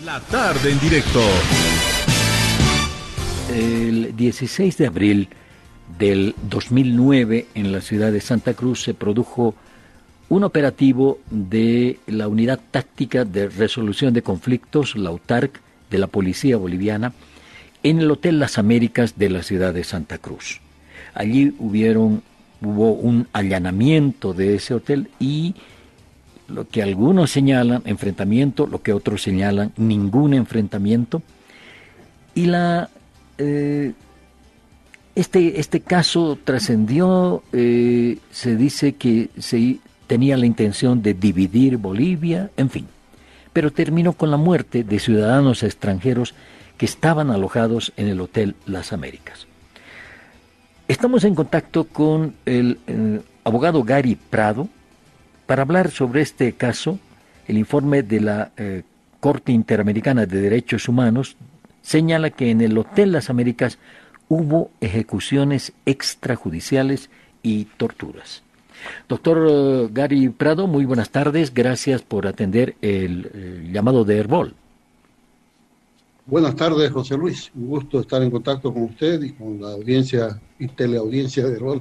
La tarde en directo. El 16 de abril del 2009 en la ciudad de Santa Cruz se produjo un operativo de la Unidad Táctica de Resolución de Conflictos, la UTARC, de la Policía Boliviana, en el Hotel Las Américas de la ciudad de Santa Cruz. Allí hubo un allanamiento de ese hotel y lo que algunos señalan enfrentamiento, lo que otros señalan ningún enfrentamiento. Y este caso trascendió, se dice que se tenía la intención de dividir Bolivia, en fin, pero terminó con la muerte de ciudadanos extranjeros que estaban alojados en el Hotel Las Américas. Estamos en contacto con el abogado Gary Prado para hablar sobre este caso. El informe de la Corte Interamericana de Derechos Humanos señala que en el Hotel Las Américas hubo ejecuciones extrajudiciales y torturas. Doctor Gary Prado, muy buenas tardes. Gracias por atender el llamado de Herbol. Buenas tardes, José Luis. Un gusto estar en contacto con usted y con la audiencia y teleaudiencia de Herbol.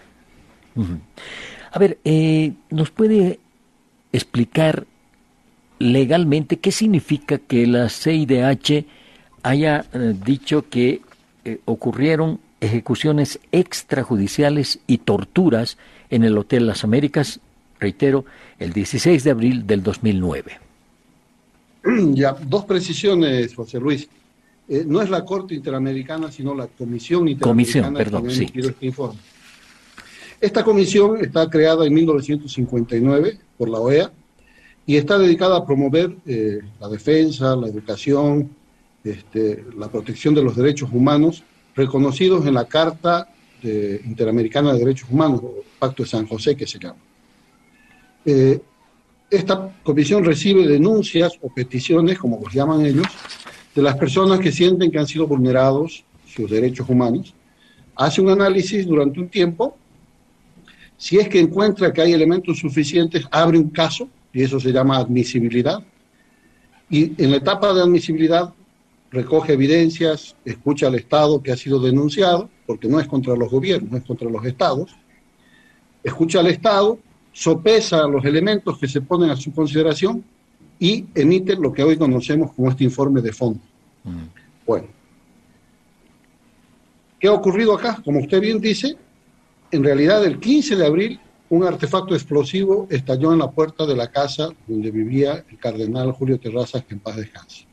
A ver, ¿nos puede explicar legalmente qué significa que la CIDH haya dicho que ocurrieron ejecuciones extrajudiciales y torturas en el Hotel Las Américas, reitero, el 16 de abril del 2009? Ya, dos precisiones, José Luis. No es la Corte Interamericana, sino la Comisión Interamericana que ha emitido este informe. Esta comisión está creada en 1959 por la OEA y está dedicada a promover la defensa, la educación, la protección de los derechos humanos reconocidos en la Carta Interamericana de Derechos Humanos, o Pacto de San José, que se llama. Esta comisión recibe denuncias o peticiones, como los llaman ellos, de las personas que sienten que han sido vulnerados sus derechos humanos. Hace un análisis durante un tiempo. Si es que encuentra que hay elementos suficientes, abre un caso, y eso se llama admisibilidad. Y en la etapa de admisibilidad recoge evidencias, escucha al Estado que ha sido denunciado, porque no es contra los gobiernos, es contra los estados. Escucha al Estado, sopesa los elementos que se ponen a su consideración y emite lo que hoy conocemos como este informe de fondo. Bueno, ¿qué ha ocurrido acá? Como usted bien dice, en realidad el 15 de abril un artefacto explosivo estalló en la puerta de la casa donde vivía el cardenal Julio Terrazas, que en paz descanse.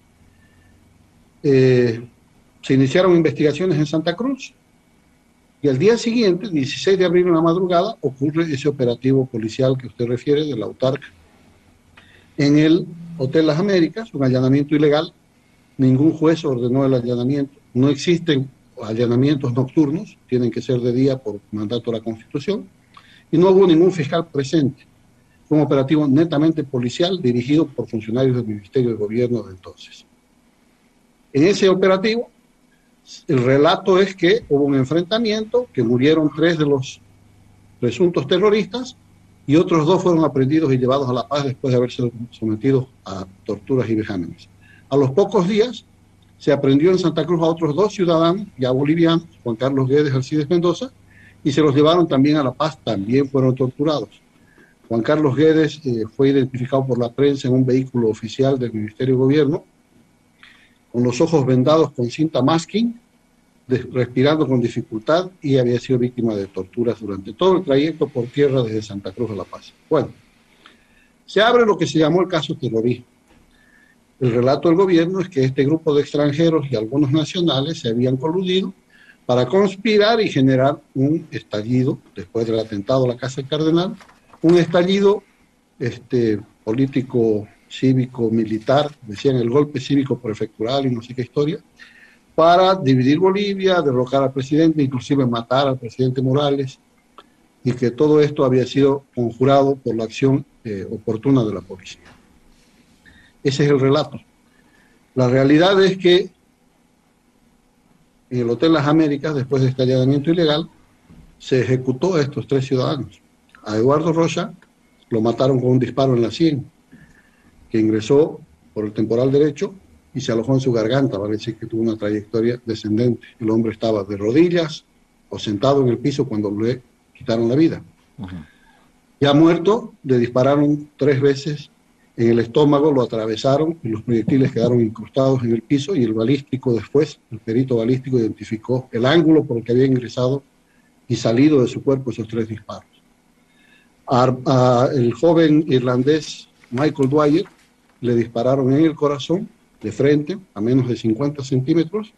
Se iniciaron investigaciones en Santa Cruz y al día siguiente, 16 de abril en la madrugada, ocurre ese operativo policial que usted refiere de la UTARC en el Hotel Las Américas, un allanamiento ilegal. Ningún juez ordenó el allanamiento, no existen allanamientos nocturnos, tienen que ser de día por mandato de la Constitución, y no hubo ningún fiscal presente. Fue un operativo netamente policial dirigido por funcionarios del Ministerio de Gobierno de entonces. En ese operativo, el relato es que hubo un enfrentamiento, que murieron 3 de los presuntos terroristas y otros 2 fueron aprehendidos y llevados a La Paz después de haberse sometidos a torturas y vejámenes. A los pocos días se aprehendió en Santa Cruz a otros 2 ciudadanos ya bolivianos, Juan Carlos Guedes y Alcides Mendoza, y se los llevaron también a La Paz, también fueron torturados. Juan Carlos Guedes fue identificado por la prensa en un vehículo oficial del Ministerio de Gobierno, con los ojos vendados con cinta masking, respirando con dificultad, y había sido víctima de torturas durante todo el trayecto por tierra desde Santa Cruz a La Paz. Bueno, se abre lo que se llamó el caso terrorismo. El relato del gobierno es que este grupo de extranjeros y algunos nacionales se habían coludido para conspirar y generar un estallido, después del atentado a la Casa del Cardenal, un estallido político, cívico, militar, decían el golpe cívico prefectural y no sé qué historia, para dividir Bolivia, derrocar al presidente, inclusive matar al presidente Morales, y que todo esto había sido conjurado por la acción oportuna de la policía. Ese es el relato. La realidad es que en el Hotel Las Américas, después de este allanamiento ilegal, se ejecutó a estos 3 ciudadanos. A Eduardo Rocha lo mataron con un disparo en la sien, que ingresó por el temporal derecho y se alojó en su garganta, vale decir que tuvo una trayectoria descendente. El hombre estaba de rodillas o sentado en el piso cuando le quitaron la vida. Ya muerto, le dispararon 3 veces en el estómago, lo atravesaron y los proyectiles quedaron incrustados en el piso, y el balístico después, el perito balístico, identificó el ángulo por el que había ingresado y salido de su cuerpo esos 3 disparos. El joven irlandés Michael Dwyer le dispararon en el corazón, de frente, a menos de 50 centímetros,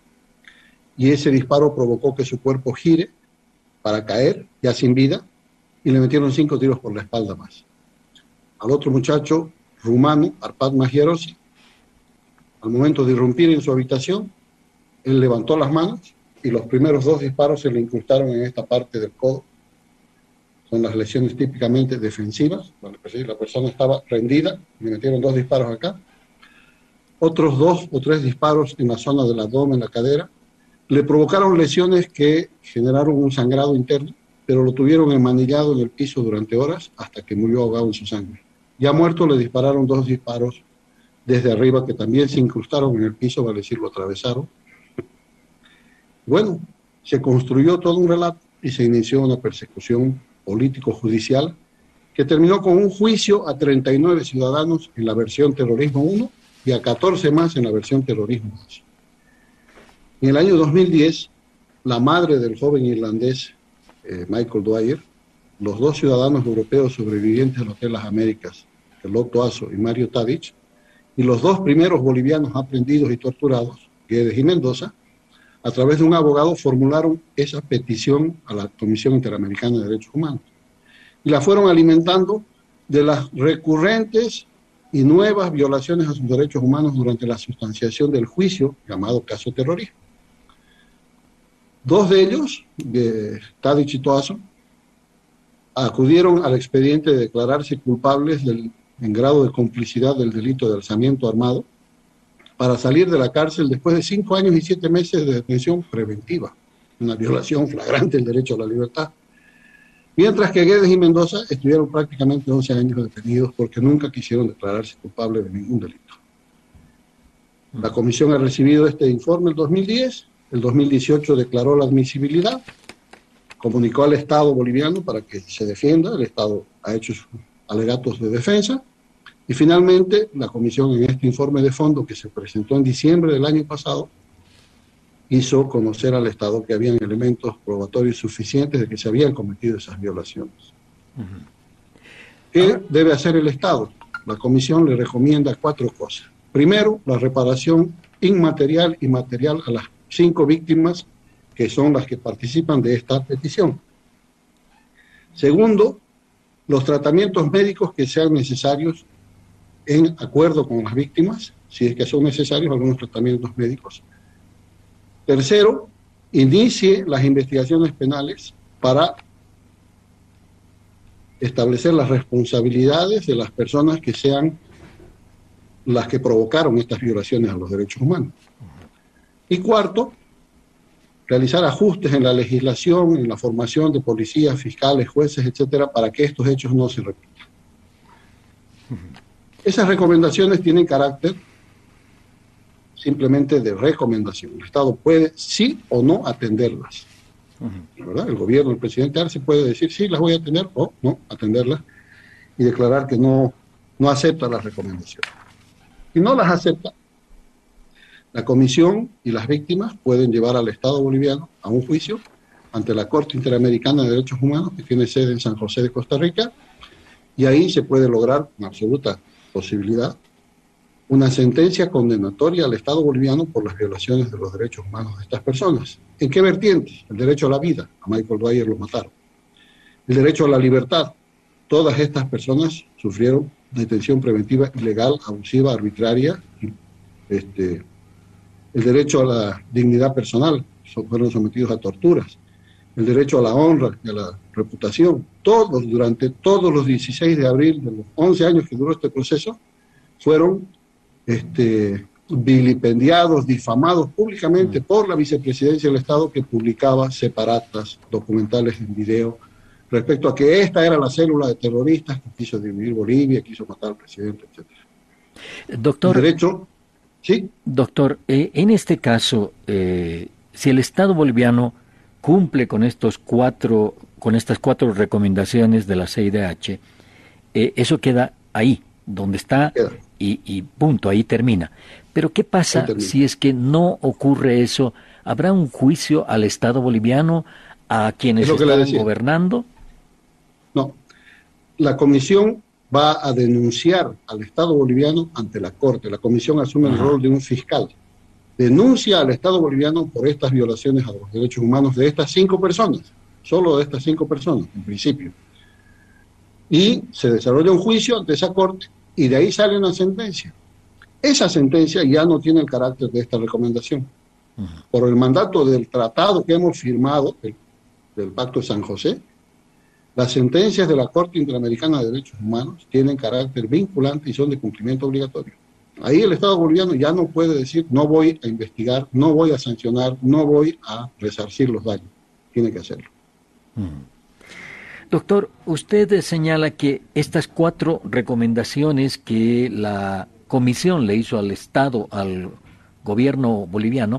y ese disparo provocó que su cuerpo gire para caer, ya sin vida, y le metieron 5 tiros por la espalda más. Al otro muchacho rumano, Arpad Magyarosi, al momento de irrumpir en su habitación, él levantó las manos y los primeros 2 disparos se le incrustaron en esta parte del codo. Son las lesiones típicamente defensivas. La persona estaba rendida, le metieron 2 disparos acá. Otros 2 o 3 disparos en la zona del abdomen, la cadera. Le provocaron lesiones que generaron un sangrado interno, pero lo tuvieron enmanillado en el piso durante horas hasta que murió ahogado en su sangre. Ya muerto, le dispararon 2 disparos desde arriba que también se incrustaron en el piso, vale decir, lo atravesaron. Bueno, se construyó todo un relato y se inició una persecución político-judicial que terminó con un juicio a 39 ciudadanos en la versión terrorismo 1 y a 14 más en la versión terrorismo 2. En el año 2010, la madre del joven irlandés Michael Dwyer, los 2 ciudadanos europeos sobrevivientes del Hotel Las Américas, Loto Aso y Mario Tadic, y los 2 primeros bolivianos aprendidos y torturados, Guedes y Mendoza, a través de un abogado formularon esa petición a la Comisión Interamericana de Derechos Humanos y la fueron alimentando de las recurrentes y nuevas violaciones a sus derechos humanos durante la sustanciación del juicio llamado caso terrorismo. 2 de ellos, Tadic y Toaso, acudieron al expediente de declararse culpables en grado de complicidad del delito de alzamiento armado para salir de la cárcel después de 5 años y 7 meses de detención preventiva, una violación flagrante del derecho a la libertad. Mientras que Guedes y Mendoza estuvieron prácticamente 11 años detenidos porque nunca quisieron declararse culpables de ningún delito. La comisión ha recibido este informe en 2010, el 2018 declaró la admisibilidad, comunicó al Estado boliviano para que se defienda, el Estado ha hecho sus alegatos de defensa, y finalmente la comisión en este informe de fondo que se presentó en diciembre del año pasado hizo conocer al Estado que habían elementos probatorios suficientes de que se habían cometido esas violaciones. ¿Qué debe hacer el Estado? La comisión le recomienda 4 cosas. Primero, la reparación inmaterial y material a las 5 víctimas que son las que participan de esta petición. Segundo, los tratamientos médicos que sean necesarios en acuerdo con las víctimas, si es que son necesarios algunos tratamientos médicos. Tercero, inicie las investigaciones penales para establecer las responsabilidades de las personas que sean las que provocaron estas violaciones a los derechos humanos. Y cuarto, realizar ajustes en la legislación, en la formación de policías, fiscales, jueces, etcétera, para que estos hechos no se repitan. Esas recomendaciones tienen carácter simplemente de recomendación. El Estado puede sí o no atenderlas. ¿Verdad? El gobierno, el presidente Arce puede decir sí, las voy a atender o no atenderlas y declarar que no acepta las recomendaciones. Si no las acepta, la comisión y las víctimas pueden llevar al Estado boliviano a un juicio ante la Corte Interamericana de Derechos Humanos, que tiene sede en San José de Costa Rica, y ahí se puede lograr con absoluta posibilidad una sentencia condenatoria al Estado boliviano por las violaciones de los derechos humanos de estas personas. ¿En qué vertientes? El derecho a la vida, a Michael Dwyer lo mataron. El derecho a la libertad, todas estas personas sufrieron detención preventiva ilegal, abusiva, arbitraria, el derecho a la dignidad personal, fueron sometidos a torturas, el derecho a la honra y a la reputación, todos, durante todos los 16 de abril de los 11 años que duró este proceso, fueron vilipendiados, difamados públicamente por la vicepresidencia del Estado, que publicaba separatas, documentales en video, respecto a que esta era la célula de terroristas que quiso dividir Bolivia, quiso matar al presidente, etc. El Doctor, derecho, sí, doctor, en este caso, si el Estado boliviano cumple con estas cuatro recomendaciones de la CIDH, eso queda ahí, donde está, queda, y punto, ahí termina. Pero ¿qué ahí pasa termina. si es que no ocurre eso? ¿Habrá un juicio al Estado boliviano, a Es quienes lo que le estaban decía. gobernando? No, la comisión va a denunciar al Estado boliviano ante la Corte. La comisión asume el Ajá. rol de un fiscal. Denuncia al Estado boliviano por estas violaciones a los derechos humanos de estas 5 personas, solo de estas 5 personas, en principio. Y se desarrolla un juicio ante esa Corte y de ahí sale una sentencia. Esa sentencia ya no tiene el carácter de esta recomendación. Por el mandato del tratado que hemos firmado, del Pacto de San José, las sentencias de la Corte Interamericana de Derechos Humanos tienen carácter vinculante y son de cumplimiento obligatorio. Ahí el Estado boliviano ya no puede decir no voy a investigar, no voy a sancionar, no voy a resarcir los daños. Tiene que hacerlo. Doctor, usted señala que estas cuatro recomendaciones que la comisión le hizo al Estado, al gobierno boliviano,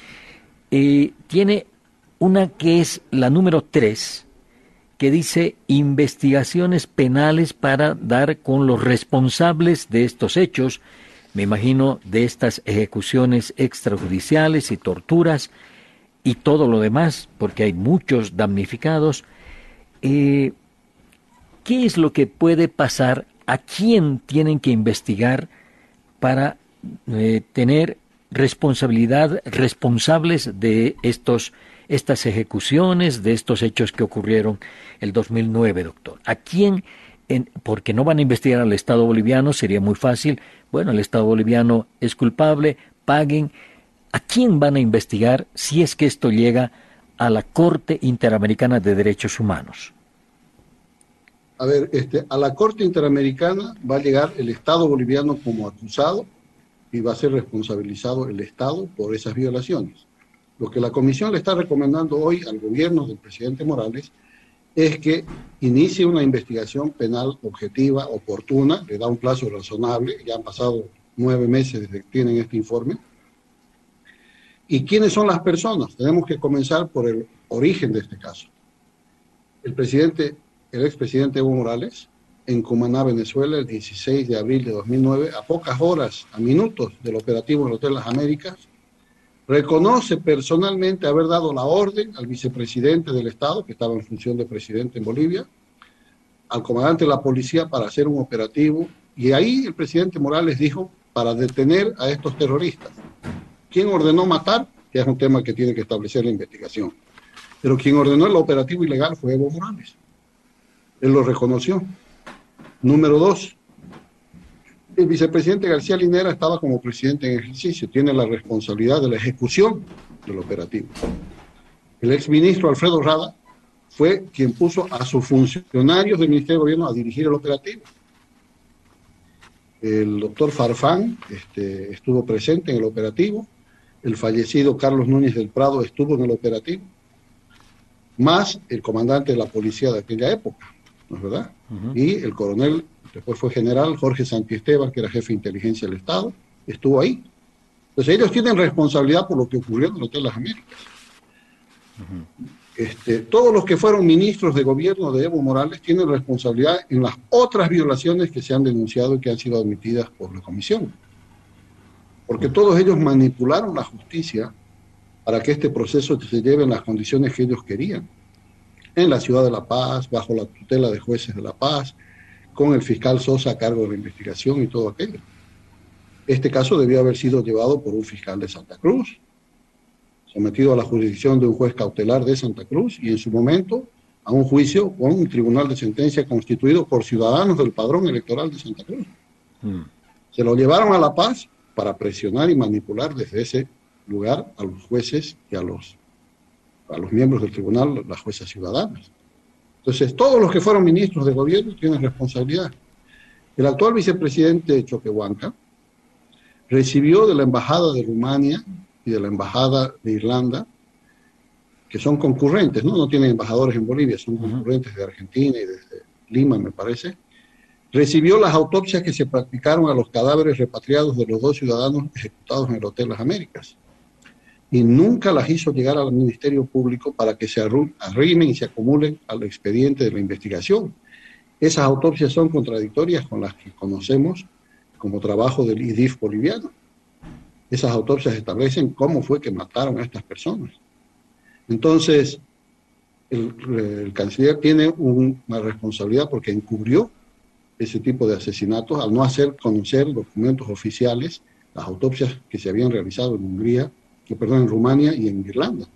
tiene una que es la número 3, que dice investigaciones penales para dar con los responsables de estos hechos, me imagino de estas ejecuciones extrajudiciales y torturas y todo lo demás, porque hay muchos damnificados. Eh, ¿Qué es lo que puede pasar? ¿A quién tienen que investigar para tener responsables de estas ejecuciones, de estos hechos que ocurrieron el 2009, doctor? ¿A quién? Porque no van a investigar al Estado boliviano, sería muy fácil. Bueno, el Estado boliviano es culpable, paguen. ¿A quién van a investigar si es que esto llega a la Corte Interamericana de Derechos Humanos? A ver, a la Corte Interamericana va a llegar el Estado boliviano como acusado y va a ser responsabilizado el Estado por esas violaciones. Lo que la Comisión le está recomendando hoy al gobierno del presidente Morales es que inicie una investigación penal objetiva, oportuna, le da un plazo razonable, ya han pasado 9 meses desde que tienen este informe. ¿Y quiénes son las personas? Tenemos que comenzar por el origen de este caso. El expresidente Evo Morales, en Cumaná, Venezuela, el 16 de abril de 2009, a pocas horas, a minutos del operativo en el Hotel Las Américas, reconoce personalmente haber dado la orden al vicepresidente del Estado, que estaba en función de presidente en Bolivia, al comandante de la policía para hacer un operativo, y ahí el presidente Morales dijo, para detener a estos terroristas. ¿Quién ordenó matar? Que es un tema que tiene que establecer la investigación. Pero quien ordenó el operativo ilegal fue Evo Morales. Él lo reconoció. Número 2, el vicepresidente García Linera estaba como presidente en ejercicio, tiene la responsabilidad de la ejecución del operativo. El exministro Alfredo Rada fue quien puso a sus funcionarios del Ministerio de Gobierno a dirigir el operativo. El doctor Farfán estuvo presente en el operativo, el fallecido Carlos Núñez del Prado estuvo en el operativo, más el comandante de la policía de aquella época, ¿no es verdad? Y el coronel, después fue general, Jorge Santiesteban, que era jefe de inteligencia del Estado, estuvo ahí. Entonces ellos tienen responsabilidad por lo que ocurrió en el Hotel Las Américas. Todos los que fueron ministros de gobierno de Evo Morales tienen responsabilidad en las otras violaciones que se han denunciado y que han sido admitidas por la comisión. Porque todos ellos manipularon la justicia para que este proceso se lleve en las condiciones que ellos querían. En la ciudad de La Paz, bajo la tutela de jueces de La Paz, con el fiscal Sosa a cargo de la investigación y todo aquello. Este caso debió haber sido llevado por un fiscal de Santa Cruz, sometido a la jurisdicción de un juez cautelar de Santa Cruz y en su momento a un juicio con un tribunal de sentencia constituido por ciudadanos del padrón electoral de Santa Cruz. Se lo llevaron a La Paz para presionar y manipular desde ese lugar a los jueces y a los miembros del tribunal, las juezas ciudadanas. Entonces, todos los que fueron ministros de gobierno tienen responsabilidad. El actual vicepresidente Choquehuanca recibió de la Embajada de Rumania y de la Embajada de Irlanda, que son concurrentes, no tienen embajadores en Bolivia, son concurrentes de Argentina y desde Lima, me parece, recibió las autopsias que se practicaron a los cadáveres repatriados de los 2 ciudadanos ejecutados en el Hotel Las Américas y nunca las hizo llegar al Ministerio Público para que se arrimen y se acumulen al expediente de la investigación. Esas autopsias son contradictorias con las que conocemos como trabajo del IDIF boliviano. Esas autopsias establecen cómo fue que mataron a estas personas. Entonces, el canciller tiene una responsabilidad porque encubrió ese tipo de asesinatos al no hacer conocer documentos oficiales, las autopsias que se habían realizado en Rumania y en Irlanda.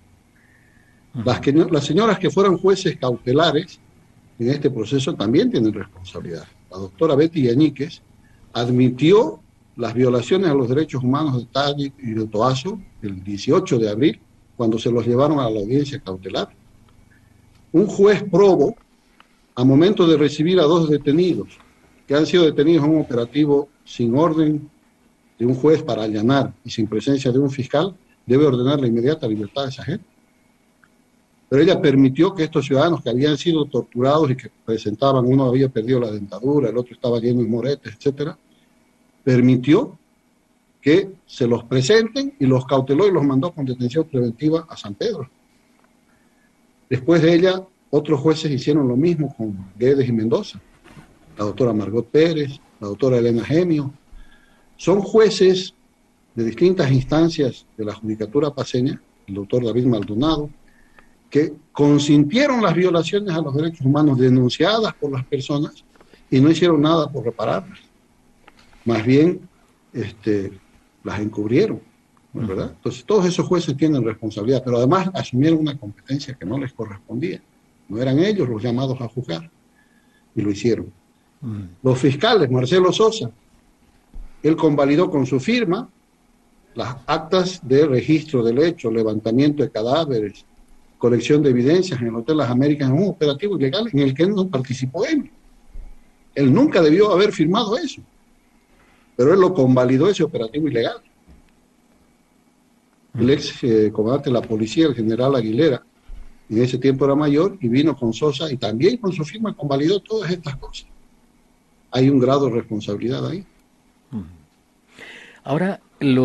Las señoras que fueron jueces cautelares en este proceso también tienen responsabilidad. La doctora Betty Yañíquez admitió las violaciones a los derechos humanos de Tadic y de Toazo el 18 de abril, cuando se los llevaron a la audiencia cautelar. Un juez probo, a momento de recibir a 2 detenidos, que han sido detenidos en un operativo sin orden de un juez para allanar y sin presencia de un fiscal, debe ordenar la inmediata libertad de esa gente. Pero ella permitió que estos ciudadanos que habían sido torturados y que presentaban, uno había perdido la dentadura, el otro estaba lleno de moretes, etcétera, permitió que se los presenten y los cauteló y los mandó con detención preventiva a San Pedro. Después de ella, otros jueces hicieron lo mismo con Guedes y Mendoza, la doctora Margot Pérez, la doctora Elena Gemio. Son jueces de distintas instancias de la judicatura paceña, el doctor David Maldonado, que consintieron las violaciones a los derechos humanos denunciadas por las personas y no hicieron nada por repararlas. Más bien, las encubrieron, ¿verdad? Entonces, todos esos jueces tienen responsabilidad, pero además asumieron una competencia que no les correspondía. No eran ellos los llamados a juzgar, y lo hicieron. Los fiscales, Marcelo Sosa, él convalidó con su firma las actas de registro del hecho, levantamiento de cadáveres, colección de evidencias en el Hotel Las Américas, en un operativo ilegal en el que él no participó él. Él nunca debió haber firmado eso, pero él lo convalidó, ese operativo ilegal. El ex comandante de la policía, el general Aguilera, en ese tiempo era mayor, y vino con Sosa y también con su firma convalidó todas estas cosas. Hay un grado de responsabilidad ahí. Ahora,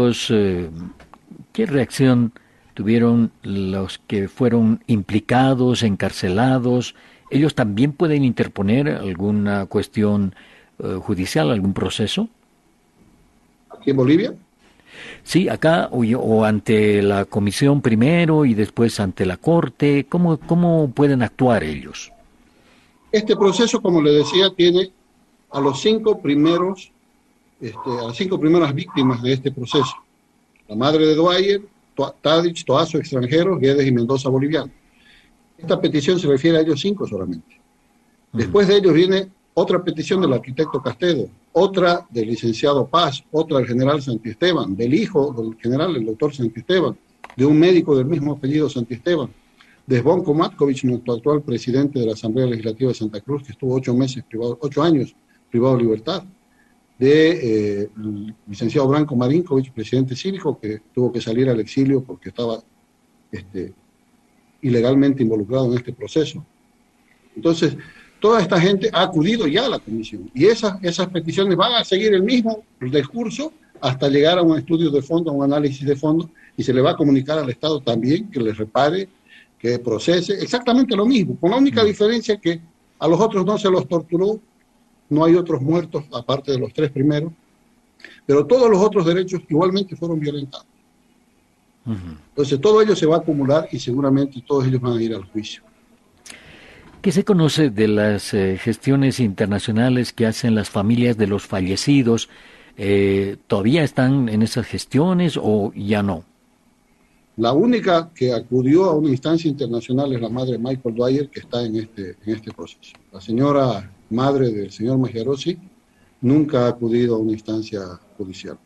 ¿qué reacción tuvieron los que fueron implicados, encarcelados? ¿Ellos también pueden interponer alguna cuestión judicial, algún proceso? ¿Aquí en Bolivia? Sí, acá o ante la comisión primero y después ante la corte. ¿Cómo pueden actuar ellos? Este proceso, como le decía, tiene a los 5 primeros, a las 5 primeras víctimas de este proceso. La madre de Dwyer, Tadic, Toazo, extranjeros, Guedes y Mendoza, boliviano. Esta petición se refiere a ellos 5 solamente. Después de ellos viene otra petición del arquitecto Castedo, otra del licenciado Paz, otra del general Santisteban, del hijo del general, el doctor Santisteban, de un médico del mismo apellido Santisteban, de Zvonko Matković, nuestro actual presidente de la Asamblea Legislativa de Santa Cruz, que estuvo 8 años privado de libertad, de licenciado Branko Marinković, presidente cívico, que tuvo que salir al exilio porque estaba ilegalmente involucrado en este proceso. Entonces, toda esta gente ha acudido ya a la comisión, y esas peticiones van a seguir el mismo discurso hasta llegar a un estudio de fondo, a un análisis de fondo, y se le va a comunicar al Estado también que le repare, que procese, exactamente lo mismo, con la única diferencia que a los otros no se los torturó, no hay otros muertos aparte de los 3 primeros, pero todos los otros derechos igualmente fueron violentados. Entonces todo ello se va a acumular y seguramente todos ellos van a ir al juicio. ¿Qué se conoce de las gestiones internacionales que hacen las familias de los fallecidos? ¿Todavía están en esas gestiones o ya no? La única que acudió a una instancia internacional es la madre Michael Dwyer, que está en este proceso. La señora madre del señor Magyarossi nunca ha acudido a una instancia judicial.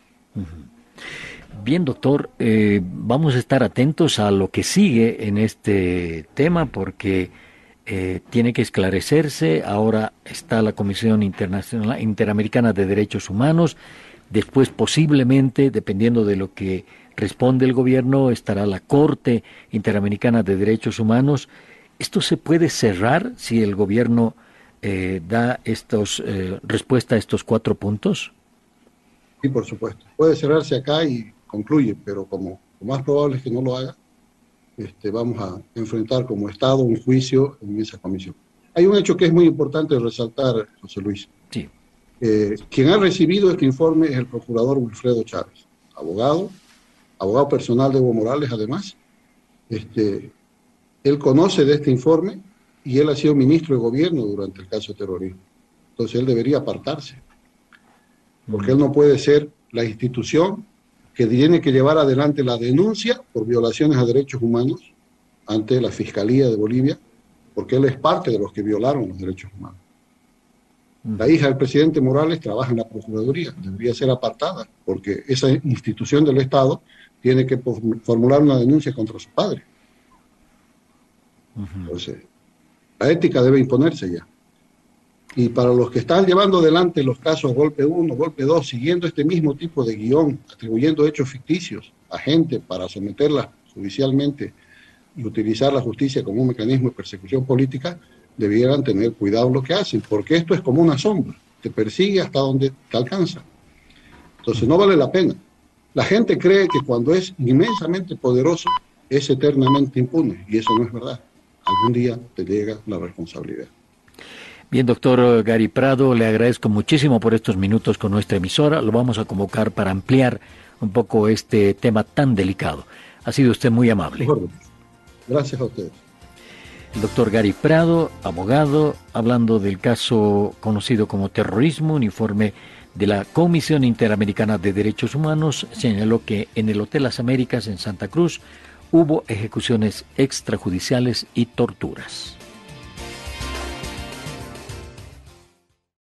Bien, doctor, vamos a estar atentos a lo que sigue en este tema porque tiene que esclarecerse. Ahora está la Comisión Internacional Interamericana de Derechos Humanos. Después, posiblemente, dependiendo de lo que responde el gobierno, estará la Corte Interamericana de Derechos Humanos. ¿Esto se puede cerrar si el gobierno da respuesta a estos 4 puntos? Sí, por supuesto. Puede cerrarse acá y concluye, pero como lo más probable es que no lo haga, vamos a enfrentar como Estado un juicio en esa comisión. Hay un hecho que es muy importante resaltar, José Luis. Sí. Quien ha recibido este informe es el procurador Wilfredo Chávez, abogado personal de Evo Morales, además. Él conoce de este informe y él ha sido ministro de gobierno durante el caso de terrorismo. Entonces él debería apartarse, porque él no puede ser la institución que tiene que llevar adelante la denuncia por violaciones a derechos humanos ante la Fiscalía de Bolivia, porque él es parte de los que violaron los derechos humanos. La hija del presidente Morales trabaja en la Procuraduría, debería ser apartada, porque esa institución del Estado tiene que formular una denuncia contra su padre. Entonces, la ética debe imponerse ya. Y para los que están llevando adelante los casos golpe 1, golpe 2, siguiendo este mismo tipo de guión, atribuyendo hechos ficticios a gente para someterla judicialmente y utilizar la justicia como un mecanismo de persecución política, debieran tener cuidado en lo que hacen, porque esto es como una sombra, te persigue hasta donde te alcanza. Entonces no vale la pena. La gente cree que cuando es inmensamente poderoso es eternamente impune, y eso no es verdad. Algún día te llega la responsabilidad. Bien, doctor Gary Prado, le agradezco muchísimo por estos minutos con nuestra emisora. Lo vamos a convocar para ampliar un poco este tema tan delicado. Ha sido usted muy amable. Gracias a ustedes. El doctor Gary Prado, abogado, hablando del caso conocido como terrorismo, un informe de la Comisión Interamericana de Derechos Humanos, señaló que en el Hotel Las Américas en Santa Cruz hubo ejecuciones extrajudiciales y torturas.